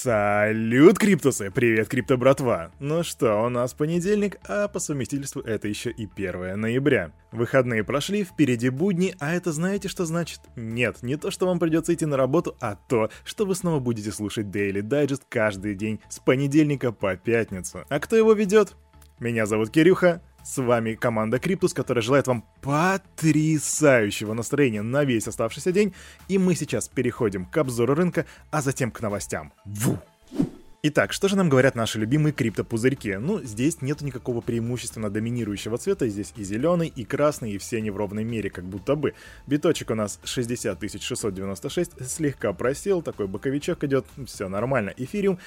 Салют, Криптусы! Привет, Крипто братва! Ну что, у нас понедельник, а по совместительству это еще и 1 ноября. Выходные прошли, впереди будни, а это знаете, что значит? Нет, не то, что вам придется идти на работу, а то, что вы снова будете слушать Daily Digest каждый день с понедельника по пятницу. А кто его ведет? Меня зовут Кирюха. С вами команда Криптус, которая желает вам потрясающего настроения на весь оставшийся день. И мы сейчас переходим к обзору рынка, а затем к новостям. Итак, что же нам говорят наши любимые криптопузырьки? Ну, здесь нету никакого преимущественно доминирующего цвета, здесь и зеленый, и красный, и все они в ровной мере, как будто бы. Биточек у нас 60 696, слегка просел, такой боковичок идет, все нормально. Эфириум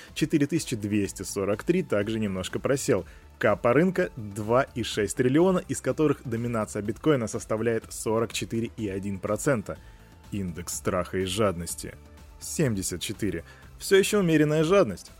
4243, также немножко просел. Капа рынка 2,6 триллиона, из которых доминация биткоина составляет 44,1%. Индекс страха и жадности 74. Все еще умеренная жадность.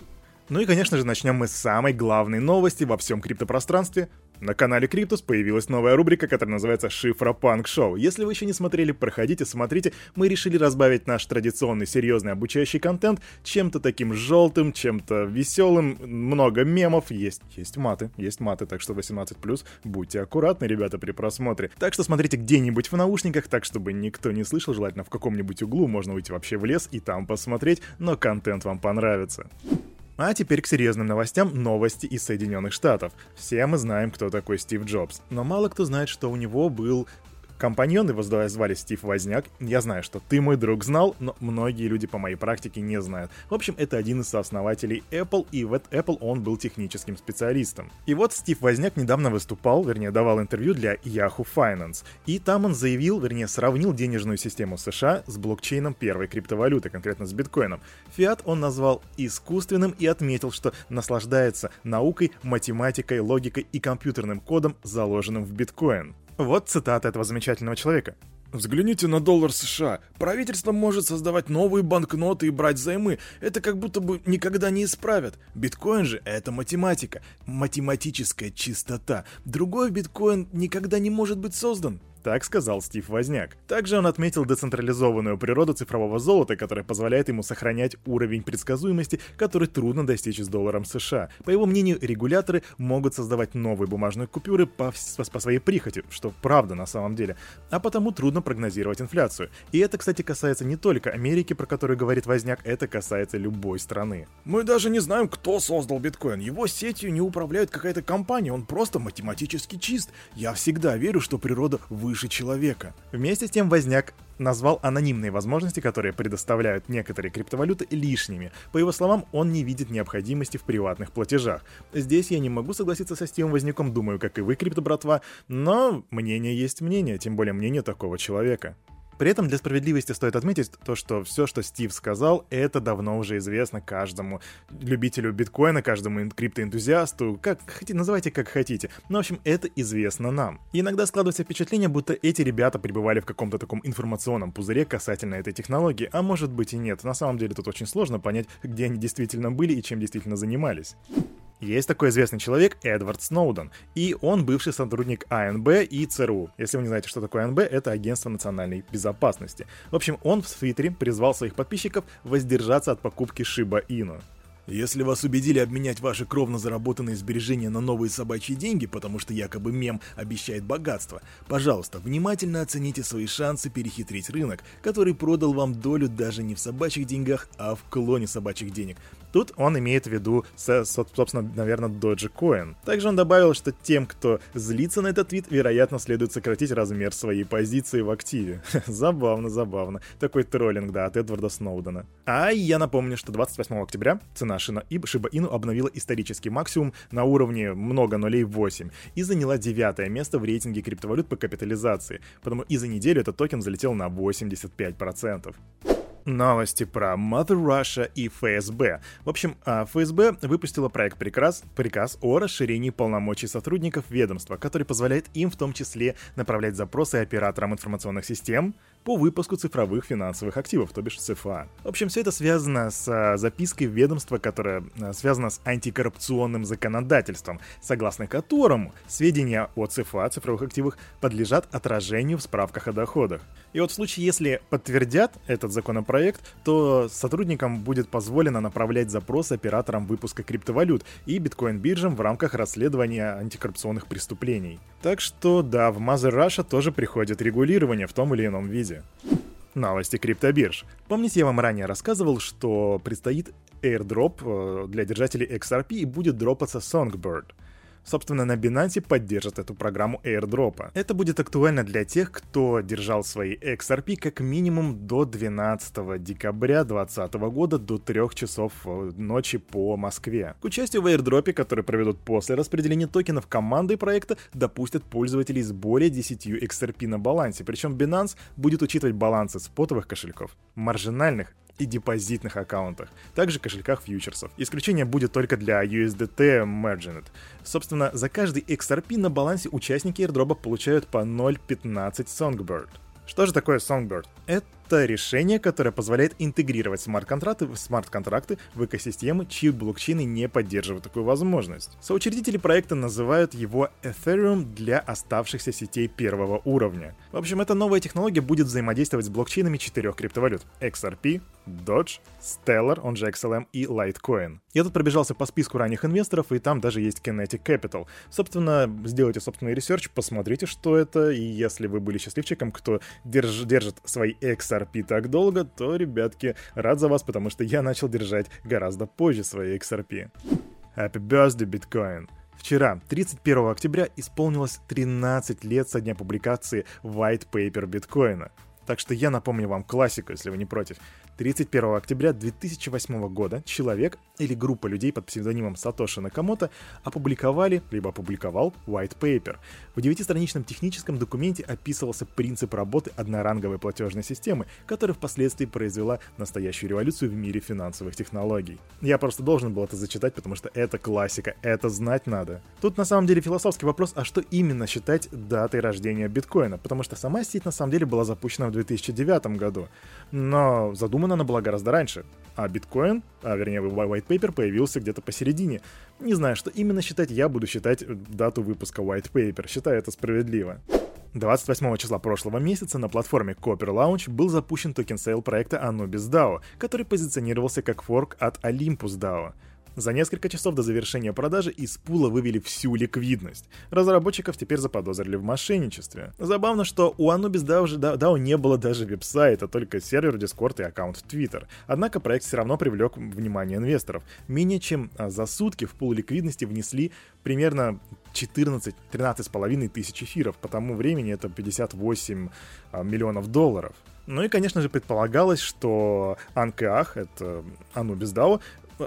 Ну и, конечно же, начнем мы с самой главной новости во всем криптопространстве. На канале Криптус появилась новая рубрика, которая называется «Шифра Панк Шоу». Если вы еще не смотрели, проходите, смотрите. Мы решили разбавить наш традиционный серьезный обучающий контент чем-то таким желтым, чем-то веселым. Много мемов, есть маты, так что 18+. Будьте аккуратны, ребята, при просмотре. Так что смотрите где-нибудь в наушниках, так чтобы никто не слышал, желательно в каком-нибудь углу, можно выйти вообще в лес и там посмотреть, но контент вам понравится. А теперь к серьезным новостям, новости из Соединенных Штатов. Все мы знаем, кто такой Стив Джобс, но мало кто знает, что у него был компаньон, его звали Стив Возняк. Я знаю, что ты, мой друг, знал, но многие люди по моей практике не знают. В общем, это один из сооснователей Apple, и в Apple он был техническим специалистом. И вот Стив Возняк недавно выступал, давал интервью для Yahoo Finance. И там он заявил, сравнил денежную систему США с блокчейном первой криптовалюты, конкретно с биткоином. Фиат он назвал искусственным и отметил, что наслаждается наукой, математикой, логикой и компьютерным кодом, заложенным в биткоин. Вот цитата этого замечательного человека. Взгляните на доллар США. Правительство может создавать новые банкноты и брать займы. Это как будто бы никогда не исправят. Биткоин же — это математика. Математическая чистота. Другой биткоин никогда не может быть создан. Так сказал Стив Возняк. Также он отметил децентрализованную природу цифрового золота, которая позволяет ему сохранять уровень предсказуемости, который трудно достичь с долларом США. По его мнению, регуляторы могут создавать новые бумажные купюры по своей прихоти, что правда на самом деле, а потому трудно прогнозировать инфляцию. И это, кстати, касается не только Америки, про которую говорит Возняк, это касается любой страны. Мы даже не знаем, кто создал биткоин. Его сетью не управляет какая-то компания, он просто математически чист. Я всегда верю, что природа выше человека. Вместе с тем Возняк назвал анонимные возможности, которые предоставляют некоторые криптовалюты, лишними. По его словам, он не видит необходимости в приватных платежах. Здесь я не могу согласиться со Стивом Возняком, думаю, как и вы, крипто-братва, но мнение есть мнение, тем более мнение такого человека. При этом для справедливости стоит отметить то, что все, что Стив сказал, это давно уже известно каждому любителю биткоина, каждому криптоэнтузиасту, называйте как хотите. Но, в общем, это известно нам. И иногда складывается впечатление, будто эти ребята пребывали в каком-то таком информационном пузыре касательно этой технологии, а может быть и нет. На самом деле тут очень сложно понять, где они действительно были и чем действительно занимались. Есть такой известный человек Эдвард Сноуден, и он бывший сотрудник АНБ и ЦРУ. Если вы не знаете, что такое АНБ, это Агентство национальной безопасности. В общем, он в Твиттере призвал своих подписчиков воздержаться от покупки Shiba Inu. Если вас убедили обменять ваши кровно заработанные сбережения на новые собачьи деньги, потому что якобы мем обещает богатство, пожалуйста, внимательно оцените свои шансы перехитрить рынок, который продал вам долю даже не в собачьих деньгах, а в клоне собачьих денег. Тут он имеет в виду, собственно, наверное, Dogecoin. Также он добавил, что тем, кто злится на этот твит, вероятно, следует сократить размер своей позиции в активе. Забавно. Такой троллинг, да, от Эдварда Сноудена. А я напомню, что 28 октября цена Shiba Inu обновила исторический максимум на уровне много нулей 8 и заняла 9 место в рейтинге криптовалют по капитализации. Потому и за неделю этот токен залетел на 85%. Новости про Mother Russia и ФСБ. В общем, ФСБ выпустила приказ о расширении полномочий сотрудников ведомства, который позволяет им в том числе направлять запросы операторам информационных систем по выпуску цифровых финансовых активов, то бишь ЦФА. В общем, все это связано с запиской ведомства, которая связана с антикоррупционным законодательством, согласно которому сведения о ЦФА, цифровых активах, подлежат отражению в справках о доходах. И вот в случае, если подтвердят этот законопроект, то сотрудникам будет позволено направлять запросы операторам выпуска криптовалют и биткоин-биржам в рамках расследования антикоррупционных преступлений. Так что да, в Mother Russia тоже приходит регулирование в том или ином виде. Новости криптобирж. Помните, я вам ранее рассказывал, что предстоит airdrop для держателей XRP и будет дропаться Songbird. Собственно, на Binance поддержат эту программу airdropа. Это будет актуально для тех, кто держал свои XRP как минимум до 12 декабря 2020 года до 3 часов ночи по Москве. К участию в airdropе, который проведут после распределения токенов, командой проекта допустят пользователей с более 10 XRP на балансе, причем Binance будет учитывать балансы спотовых кошельков, маржинальных и депозитных аккаунтах, также кошельках фьючерсов. Исключение будет только для USDT Margined. Собственно, за каждый XRP на балансе участники airdropa получают по 0.15 Songbird. Что же такое Songbird? Это решение, которое позволяет интегрировать смарт-контракты в экосистемы, чьи блокчейны не поддерживают такую возможность. Соучредители проекта называют его Ethereum для оставшихся сетей первого уровня. В общем, эта новая технология будет взаимодействовать с блокчейнами 4 криптовалют: XRP, Doge, Stellar, он же XLM, и Litecoin. Я тут пробежался по списку ранних инвесторов, и там даже есть Kinetic Capital. Собственно, сделайте собственный ресерч, посмотрите, что это, и если вы были счастливчиком, кто держит свои XRP так долго, то, ребятки, рад за вас, потому что я начал держать гораздо позже свои XRP. Happy birthday, Bitcoin! Вчера, 31 октября, исполнилось 13 лет со дня публикации White Paper биткоина. Так что я напомню вам классику, если вы не против. 31 октября 2008 года человек или группа людей под псевдонимом Сатоши Накамото опубликовал White Paper. В 9-страничном техническом документе описывался принцип работы одноранговой платежной системы, которая впоследствии произвела настоящую революцию в мире финансовых технологий. Я просто должен был это зачитать, потому что это классика, это знать надо. Тут на самом деле философский вопрос, а что именно считать датой рождения биткоина, потому что сама сеть на самом деле была запущена в 2009 году, но задумана она была гораздо раньше, а биткоин, White Paper появился где-то посередине. Не знаю, что именно считать, я буду считать дату выпуска White Paper, считаю это справедливо. 28 числа прошлого месяца на платформе Copper Launch был запущен токен-сейл проекта Anubis DAO, который позиционировался как форк от Olympus DAO. За несколько часов до завершения продажи из пула вывели всю ликвидность. Разработчиков теперь заподозрили в мошенничестве. Забавно, что у Anubis DAO не было даже веб-сайта, только сервер Discord и аккаунт в Twitter. Однако проект все равно привлек внимание инвесторов. Менее чем за сутки в пул ликвидности внесли примерно 13,5 тысяч эфиров. По тому времени это 58 миллионов долларов. Ну и, конечно же, предполагалось, что Анкеах, это Anubis DAO,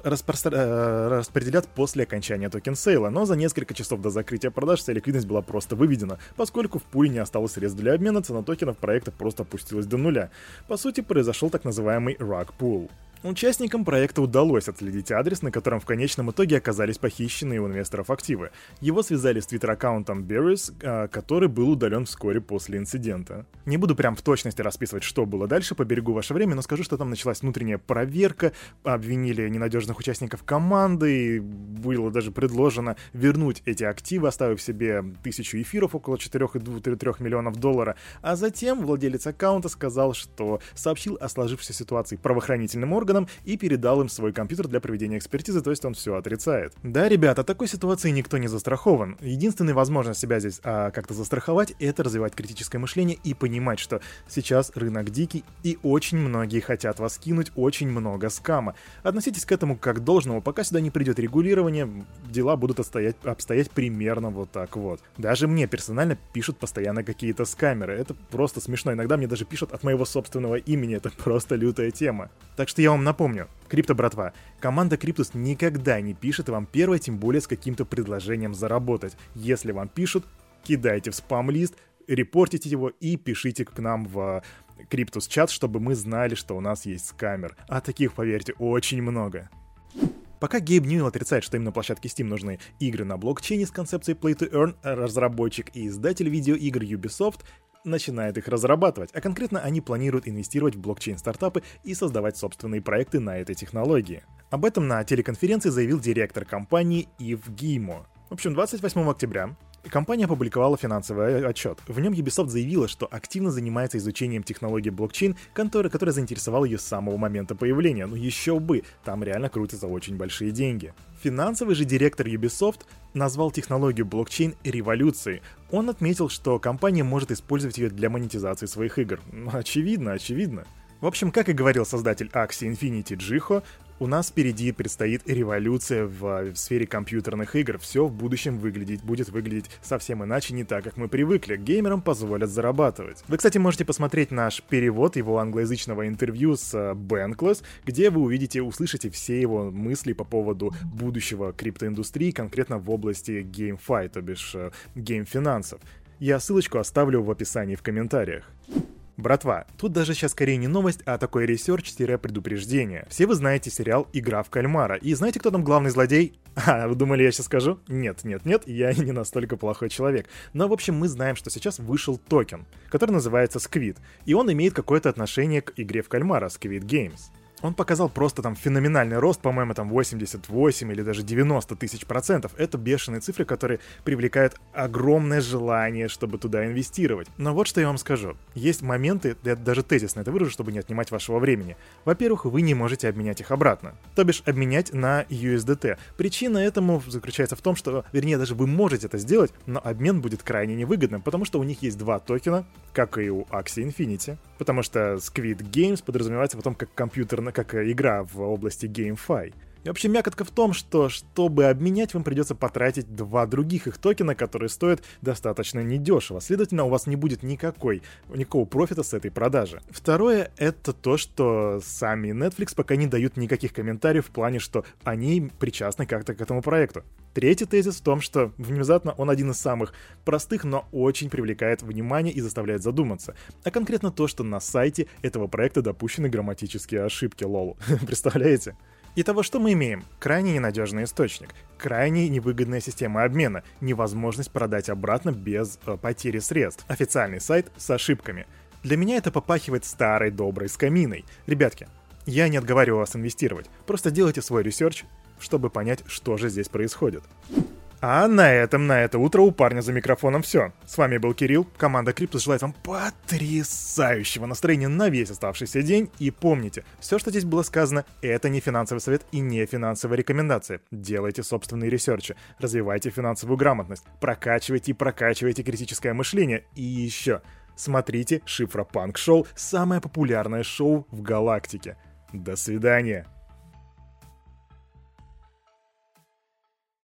распределят после окончания токен-сейла, но за несколько часов до закрытия продаж вся ликвидность была просто выведена, поскольку в пуле не осталось средств для обмена, цена токенов проекта просто опустилась до нуля. По сути, произошел так называемый rug pull. Участникам проекта удалось отследить адрес, на котором в конечном итоге оказались похищенные у инвесторов активы. Его связали с твиттер-аккаунтом Berries, который был удален вскоре после инцидента. Не буду прям в точности расписывать, что было дальше, поберегу ваше время, но скажу, что там началась внутренняя проверка, обвинили ненадежных участников команды, и было даже предложено вернуть эти активы, оставив себе 1000 эфиров, около 4,3 миллионов долларов, а затем владелец аккаунта сказал, что сообщил о сложившейся ситуации правоохранительным органам и передал им свой компьютер для проведения экспертизы, то есть он все отрицает. Да, ребята, от такой ситуации никто не застрахован. Единственная возможность себя здесь как-то застраховать — это развивать критическое мышление и понимать, что сейчас рынок дикий и очень многие хотят вас кинуть, очень много скама. Относитесь к этому как к должному, пока сюда не придет регулирование, дела будут обстоять примерно вот так вот. Даже мне персонально пишут постоянно какие-то скамеры, это просто смешно, иногда мне даже пишут от моего собственного имени, это просто лютая тема. Так что я вам напомню, крипто-братва, команда Cryptus никогда не пишет вам первое, тем более с каким-то предложением заработать. Если вам пишут, кидайте в спам-лист, репортите его и пишите к нам в Cryptus чат, чтобы мы знали, что у нас есть скамер. А таких, поверьте, очень много. Пока Гейб Ньюэлл отрицает, что именно на площадке Steam нужны игры на блокчейне с концепцией Play to Earn, разработчик и издатель видеоигр Ubisoft начинает их разрабатвать, а конкретно они планируют инвестировать в блокчейн-стартапы и создавать собственные проекты на этой технологии. Об этом на телеконференции заявил директор компании Ив Геймо. В общем, 28 октября Компания опубликовала финансовый отчет. В нем Ubisoft заявила, что активно занимается изучением технологии блокчейн, которая заинтересовала ее с самого момента появления. Ну еще бы, там реально крутятся очень большие деньги. Финансовый же директор Ubisoft назвал технологию блокчейн революцией. Он отметил, что компания может использовать ее для монетизации своих игр. Очевидно. В общем, как и говорил создатель Axie Infinity Джихо, у нас впереди предстоит революция в сфере компьютерных игр. Все в будущем будет выглядеть совсем иначе, не так, как мы привыкли. Геймерам позволят зарабатывать. Вы, кстати, можете посмотреть наш перевод его англоязычного интервью с Bankless, где вы услышите все его мысли по поводу будущего криптоиндустрии, конкретно в области GameFi, то бишь гейм-финансов. Я ссылочку оставлю в описании в комментариях. Братва, тут даже сейчас скорее не новость, а такой ресерч-предупреждение. Все вы знаете сериал «Игра в кальмара». И знаете, кто там главный злодей? Вы думали, я сейчас скажу? Нет, я не настолько плохой человек. Но, в общем, мы знаем, что сейчас вышел токен, который называется Squid. И он имеет какое-то отношение к игре в кальмара, Squid Games. Он показал просто там феноменальный рост, по-моему, там 88 или даже 90 тысяч %. Это бешеные цифры, которые привлекают огромное желание, чтобы туда инвестировать. Но вот что я вам скажу. Есть моменты, я даже тезисно это выражу, чтобы не отнимать вашего времени. Во-первых, вы не можете обменять их обратно. То бишь обменять на USDT. Причина этому заключается в том, что, вернее, даже вы можете это сделать, но обмен будет крайне невыгодным, потому что у них есть два токена, как и у Axie Infinity. Потому что Squid Games подразумевается потом как игра в области GameFi. И вообще мякотка в том, что чтобы обменять, вам придется потратить два других их токена, которые стоят достаточно недешево. Следовательно, у вас не будет никакого профита с этой продажи. Второе, это то, что сами Netflix пока не дают никаких комментариев в плане, что они причастны как-то к этому проекту. Третий тезис в том, что внезапно он один из самых простых, но очень привлекает внимание и заставляет задуматься. А конкретно то, что на сайте этого проекта допущены грамматические ошибки, лол. Представляете? Итого, что мы имеем? Крайне ненадежный источник, крайне невыгодная система обмена, невозможность продать обратно без потери средств, официальный сайт с ошибками. Для меня это попахивает старой доброй скаминой. Ребятки, я не отговариваю вас инвестировать, просто делайте свой ресерч, чтобы понять, что же здесь происходит. А на это утро у парня за микрофоном все. С вами был Кирилл, команда Крипто желает вам потрясающего настроения на весь оставшийся день. И помните, все, что здесь было сказано, это не финансовый совет и не финансовая рекомендация. Делайте собственные ресерчи, развивайте финансовую грамотность, прокачивайте критическое мышление. И еще, смотрите Шифропанк Шоу, самое популярное шоу в галактике. До свидания.